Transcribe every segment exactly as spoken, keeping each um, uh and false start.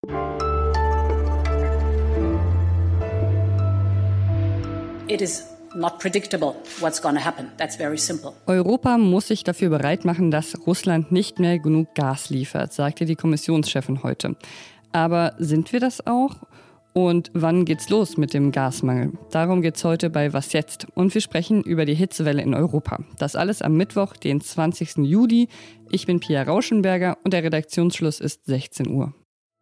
It is not predictable what's going to happen. That's very simple. Europa muss sich dafür bereit machen, dass Russland nicht mehr genug Gas liefert, sagte die Kommissionschefin heute. Aber sind wir das auch? Und wann geht's los mit dem Gasmangel? Darum geht's heute bei Was jetzt? Und wir sprechen über die Hitzewelle in Europa. Das alles am Mittwoch, den zwanzigsten Juli. Ich bin Pia Rauschenberger und der Redaktionsschluss ist sechzehn Uhr.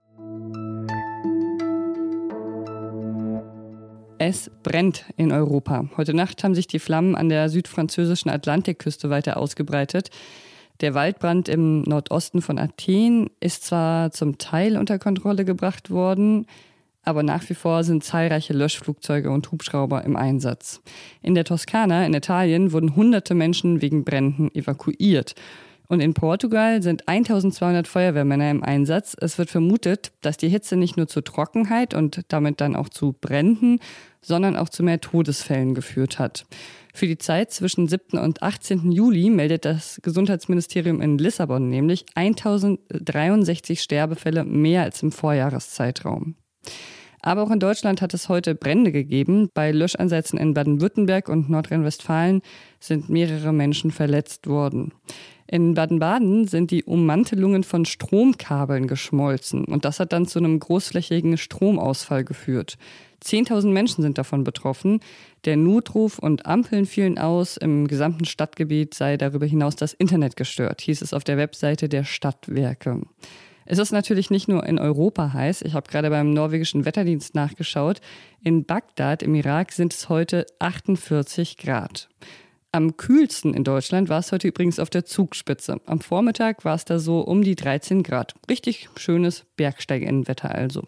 Es brennt in Europa. Heute Nacht haben sich die Flammen an der südfranzösischen Atlantikküste weiter ausgebreitet. Der Waldbrand im Nordosten von Athen ist zwar zum Teil unter Kontrolle gebracht worden, aber nach wie vor sind zahlreiche Löschflugzeuge und Hubschrauber im Einsatz. In der Toskana in Italien wurden hunderte Menschen wegen Bränden evakuiert. Und in Portugal sind eintausendzweihundert Feuerwehrmänner im Einsatz. Es wird vermutet, dass die Hitze nicht nur zu Trockenheit und damit dann auch zu Bränden, sondern auch zu mehr Todesfällen geführt hat. Für die Zeit zwischen siebten und achtzehnten Juli meldet das Gesundheitsministerium in Lissabon nämlich eintausenddreiundsechzig Sterbefälle mehr als im Vorjahreszeitraum. Aber auch in Deutschland hat es heute Brände gegeben. Bei Löscheinsätzen in Baden-Württemberg und Nordrhein-Westfalen sind mehrere Menschen verletzt worden. In Baden-Baden sind die Ummantelungen von Stromkabeln geschmolzen und das hat dann zu einem großflächigen Stromausfall geführt. Zehntausend Menschen sind davon betroffen. Der Notruf und Ampeln fielen aus. Im gesamten Stadtgebiet sei darüber hinaus das Internet gestört, hieß es auf der Webseite der Stadtwerke. Es ist natürlich nicht nur in Europa heiß. Ich habe gerade beim norwegischen Wetterdienst nachgeschaut. In Bagdad im Irak sind es heute achtundvierzig Grad. Am kühlsten in Deutschland war es heute übrigens auf der Zugspitze. Am Vormittag war es da so um die dreizehn Grad. Richtig schönes Bergsteigerinnenwetter also.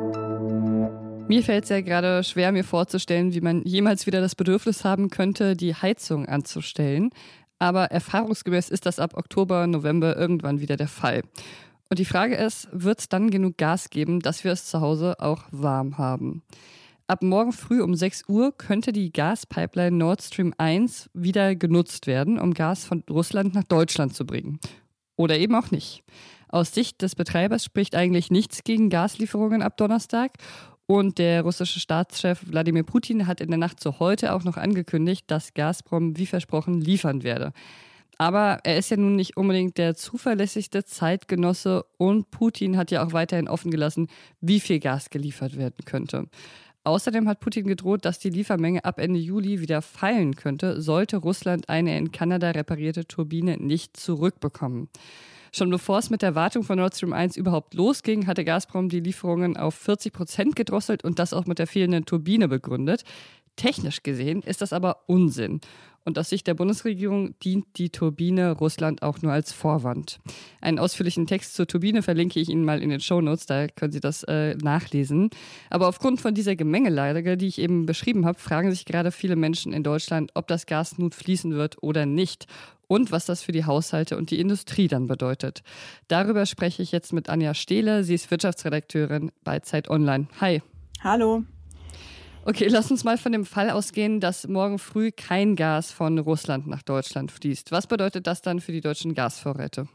Mir fällt es ja gerade schwer, mir vorzustellen, wie man jemals wieder das Bedürfnis haben könnte, die Heizung anzustellen. Aber erfahrungsgemäß ist das ab Oktober, November irgendwann wieder der Fall. Und die Frage ist, wird es dann genug Gas geben, dass wir es zu Hause auch warm haben? Ab morgen früh um sechs Uhr könnte die Gaspipeline Nord Stream eins wieder genutzt werden, um Gas von Russland nach Deutschland zu bringen. Oder eben auch nicht. Aus Sicht des Betreibers spricht eigentlich nichts gegen Gaslieferungen ab Donnerstag. Und der russische Staatschef Wladimir Putin hat in der Nacht zu heute auch noch angekündigt, dass Gazprom wie versprochen liefern werde. Aber er ist ja nun nicht unbedingt der zuverlässigste Zeitgenosse und Putin hat ja auch weiterhin offen gelassen, wie viel Gas geliefert werden könnte. Außerdem hat Putin gedroht, dass die Liefermenge ab Ende Juli wieder fallen könnte, sollte Russland eine in Kanada reparierte Turbine nicht zurückbekommen. Schon bevor es mit der Wartung von Nord Stream eins überhaupt losging, hatte Gazprom die Lieferungen auf vierzig Prozent gedrosselt und das auch mit der fehlenden Turbine begründet. Technisch gesehen ist das aber Unsinn. Und aus Sicht der Bundesregierung dient die Turbine Russland auch nur als Vorwand. Einen ausführlichen Text zur Turbine verlinke ich Ihnen mal in den Shownotes, da können Sie das äh, nachlesen. Aber aufgrund von dieser Gemengelage, die ich eben beschrieben habe, fragen sich gerade viele Menschen in Deutschland, ob das Gas nun fließen wird oder nicht. Und was das für die Haushalte und die Industrie dann bedeutet. Darüber spreche ich jetzt mit Anja Stehle. Sie ist Wirtschaftsredakteurin bei Zeit Online. Hi. Hallo. Okay, lass uns mal von dem Fall ausgehen, dass morgen früh kein Gas von Russland nach Deutschland fließt. Was bedeutet das dann für die deutschen Gasvorräte?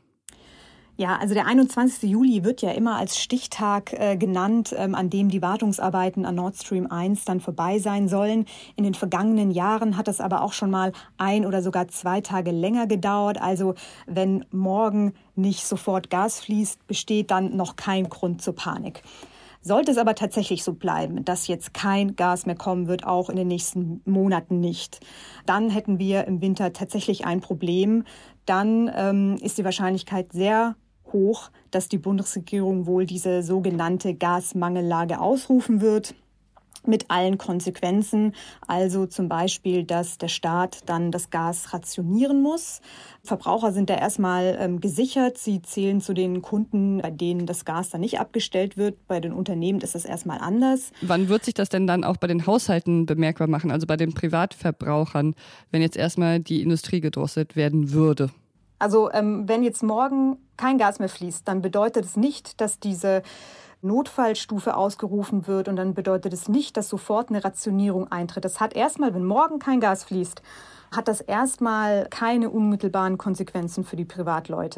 Ja, also der einundzwanzigste Juli wird ja immer als Stichtag äh, genannt, ähm, an dem die Wartungsarbeiten an Nord Stream eins dann vorbei sein sollen. In den vergangenen Jahren hat das aber auch schon mal ein oder sogar zwei Tage länger gedauert. Also wenn morgen nicht sofort Gas fließt, besteht dann noch kein Grund zur Panik. Sollte es aber tatsächlich so bleiben, dass jetzt kein Gas mehr kommen wird, auch in den nächsten Monaten nicht, dann hätten wir im Winter tatsächlich ein Problem. Dann ähm, ist die Wahrscheinlichkeit sehr hoch, dass die Bundesregierung wohl diese sogenannte Gasmangellage ausrufen wird. Mit allen Konsequenzen, also zum Beispiel, dass der Staat dann das Gas rationieren muss. Verbraucher sind da erstmal ähm, gesichert. Sie zählen zu den Kunden, bei denen das Gas dann nicht abgestellt wird. Bei den Unternehmen ist das erstmal anders. Wann wird sich das denn dann auch bei den Haushalten bemerkbar machen, also bei den Privatverbrauchern, wenn jetzt erstmal die Industrie gedrosselt werden würde? Also ähm, wenn jetzt morgen kein Gas mehr fließt, dann bedeutet es nicht, dass diese Notfallstufe ausgerufen wird und dann bedeutet es nicht, dass sofort eine Rationierung eintritt. Das hat erstmal, wenn morgen kein Gas fließt, hat das erstmal keine unmittelbaren Konsequenzen für die Privatleute.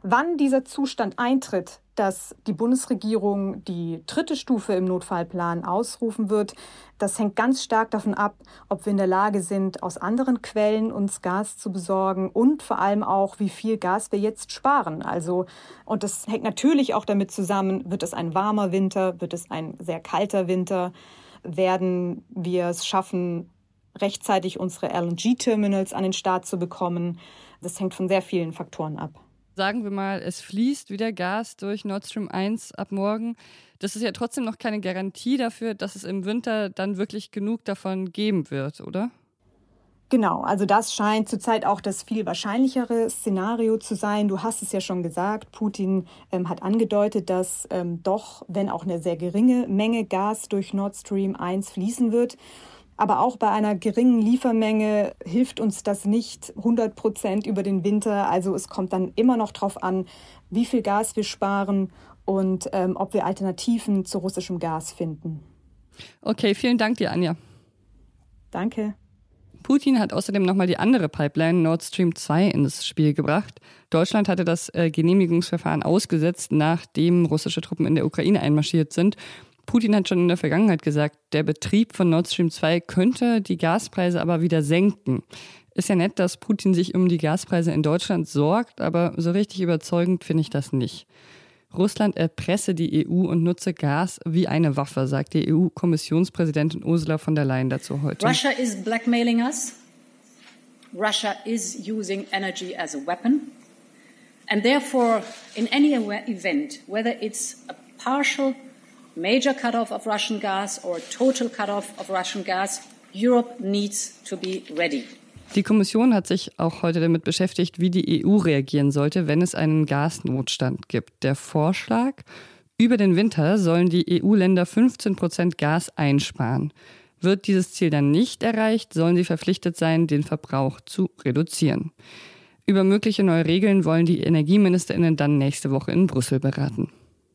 Wann dieser Zustand eintritt, dass die Bundesregierung die dritte Stufe im Notfallplan ausrufen wird, das hängt ganz stark davon ab, ob wir in der Lage sind, aus anderen Quellen uns Gas zu besorgen und vor allem auch, wie viel Gas wir jetzt sparen. Also, und das hängt natürlich auch damit zusammen, wird es ein warmer Winter, wird es ein sehr kalter Winter, werden wir es schaffen, rechtzeitig unsere L N G-Terminals an den Start zu bekommen. Das hängt von sehr vielen Faktoren ab. Sagen wir mal, es fließt wieder Gas durch Nord Stream eins ab morgen. Das ist ja trotzdem noch keine Garantie dafür, dass es im Winter dann wirklich genug davon geben wird, oder? Genau, also das scheint zurzeit auch das viel wahrscheinlichere Szenario zu sein. Du hast es ja schon gesagt, Putin ähm, hat angedeutet, dass ähm, doch, wenn auch eine sehr geringe Menge Gas durch Nord Stream eins fließen wird. Aber auch bei einer geringen Liefermenge hilft uns das nicht hundert Prozent über den Winter. Also es kommt dann immer noch darauf an, wie viel Gas wir sparen und ähm, ob wir Alternativen zu russischem Gas finden. Okay, vielen Dank dir, Anja. Danke. Putin hat außerdem nochmal die andere Pipeline Nord Stream zwei ins Spiel gebracht. Deutschland hatte das äh, Genehmigungsverfahren ausgesetzt, nachdem russische Truppen in der Ukraine einmarschiert sind. Putin hat schon in der Vergangenheit gesagt, der Betrieb von Nord Stream zwei könnte die Gaspreise aber wieder senken. Ist ja nett, dass Putin sich um die Gaspreise in Deutschland sorgt, aber so richtig überzeugend finde ich das nicht. Russland erpresse die E U und nutze Gas wie eine Waffe, sagt die E U-Kommissionspräsidentin Ursula von der Leyen dazu heute. Russia is blackmailing us. Russia is using energy as a weapon. And therefore, in any event, whether it's a partial major cut-off of Russian gas or total cut-off of Russian gas, Europe needs to be ready. Die Kommission hat sich auch heute damit beschäftigt, wie die E U reagieren sollte, wenn es einen Gasnotstand gibt. Der Vorschlag: Über den Winter sollen die E U-Länder fünfzehn Prozent Gas einsparen. Wird dieses Ziel dann nicht erreicht, sollen sie verpflichtet sein, den Verbrauch zu reduzieren. Über mögliche neue Regeln wollen die EnergieministerInnen dann nächste Woche in Brüssel beraten.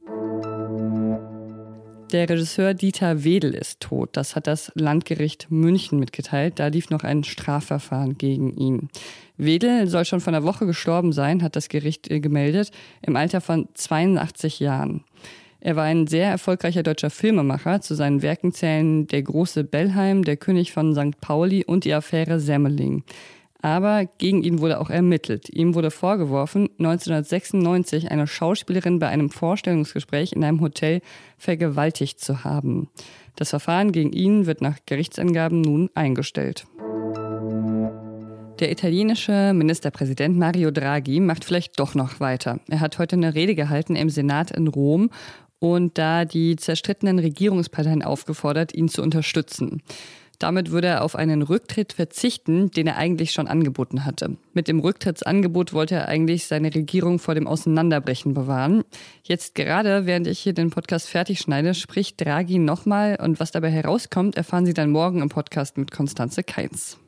Der Regisseur Dieter Wedel ist tot. Das hat das Landgericht München mitgeteilt. Da lief noch ein Strafverfahren gegen ihn. Wedel soll schon vor einer Woche gestorben sein, hat das Gericht gemeldet, im Alter von zweiundachtzig Jahren. Er war ein sehr erfolgreicher deutscher Filmemacher. Zu seinen Werken zählen Der große Bellheim, Der König von Sankt Pauli und die Affäre Semmeling. Aber gegen ihn wurde auch ermittelt. Ihm wurde vorgeworfen, neunzehnhundertsechsundneunzig eine Schauspielerin bei einem Vorstellungsgespräch in einem Hotel vergewaltigt zu haben. Das Verfahren gegen ihn wird nach Gerichtsangaben nun eingestellt. Der italienische Ministerpräsident Mario Draghi macht vielleicht doch noch weiter. Er hat heute eine Rede gehalten im Senat in Rom und da die zerstrittenen Regierungsparteien aufgefordert, ihn zu unterstützen. Damit würde er auf einen Rücktritt verzichten, den er eigentlich schon angeboten hatte. Mit dem Rücktrittsangebot wollte er eigentlich seine Regierung vor dem Auseinanderbrechen bewahren. Jetzt gerade, während ich hier den Podcast fertig schneide, spricht Draghi nochmal. Und was dabei herauskommt, erfahren Sie dann morgen im Podcast mit Constanze Kainz.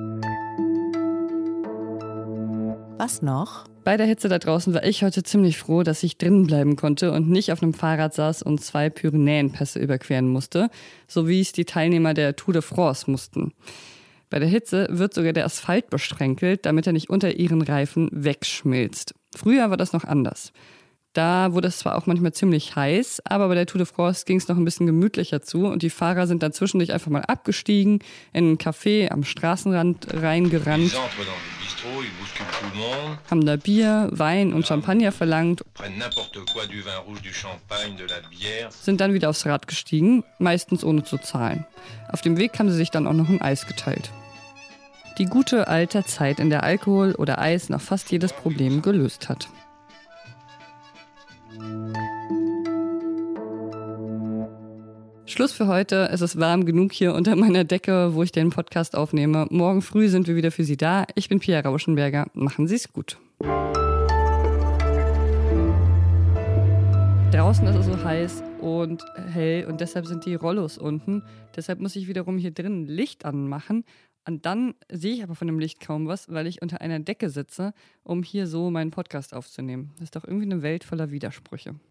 Was noch? Bei der Hitze da draußen war ich heute ziemlich froh, dass ich drinnen bleiben konnte und nicht auf einem Fahrrad saß und zwei Pyrenäenpässe überqueren musste, so wie es die Teilnehmer der Tour de France mussten. Bei der Hitze wird sogar der Asphalt besprenkelt, damit er nicht unter ihren Reifen wegschmilzt. Früher war das noch anders. Da wurde es zwar auch manchmal ziemlich heiß, aber bei der Tour de France ging es noch ein bisschen gemütlicher zu und die Fahrer sind dann zwischendurch einfach mal abgestiegen, in ein Café am Straßenrand reingerannt, haben da Bier, Wein und Champagner verlangt, sind dann wieder aufs Rad gestiegen, meistens ohne zu zahlen. Auf dem Weg haben sie sich dann auch noch ein Eis geteilt. Die gute alte Zeit, in der Alkohol oder Eis noch fast jedes Problem gelöst hat. Schluss für heute. Es ist warm genug hier unter meiner Decke, wo ich den Podcast aufnehme. Morgen früh sind wir wieder für Sie da. Ich bin Pia Rauschenberger. Machen Sie es gut. Draußen ist es so heiß und hell und deshalb sind die Rollos unten. Deshalb muss ich wiederum hier drinnen Licht anmachen. Und dann sehe ich aber von dem Licht kaum was, weil ich unter einer Decke sitze, um hier so meinen Podcast aufzunehmen. Das ist doch irgendwie eine Welt voller Widersprüche.